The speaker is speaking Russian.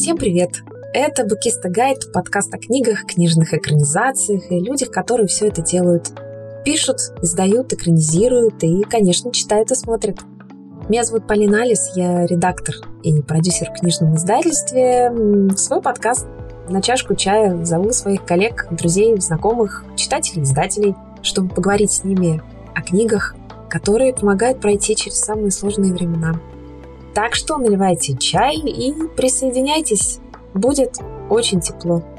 Всем привет! Это Bookista Guide, подкаст о книгах, книжных экранизациях и людях, которые все это делают. Пишут, издают, экранизируют и, конечно, читают и смотрят. Меня зовут Полина Алис, я редактор и продюсер в книжном издательстве. В свой подкаст на чашку чая зову своих коллег, друзей, знакомых, читателей, издателей, чтобы поговорить с ними о книгах, которые помогают пройти через самые сложные времена. Так что наливайте чай и присоединяйтесь. Будет очень тепло.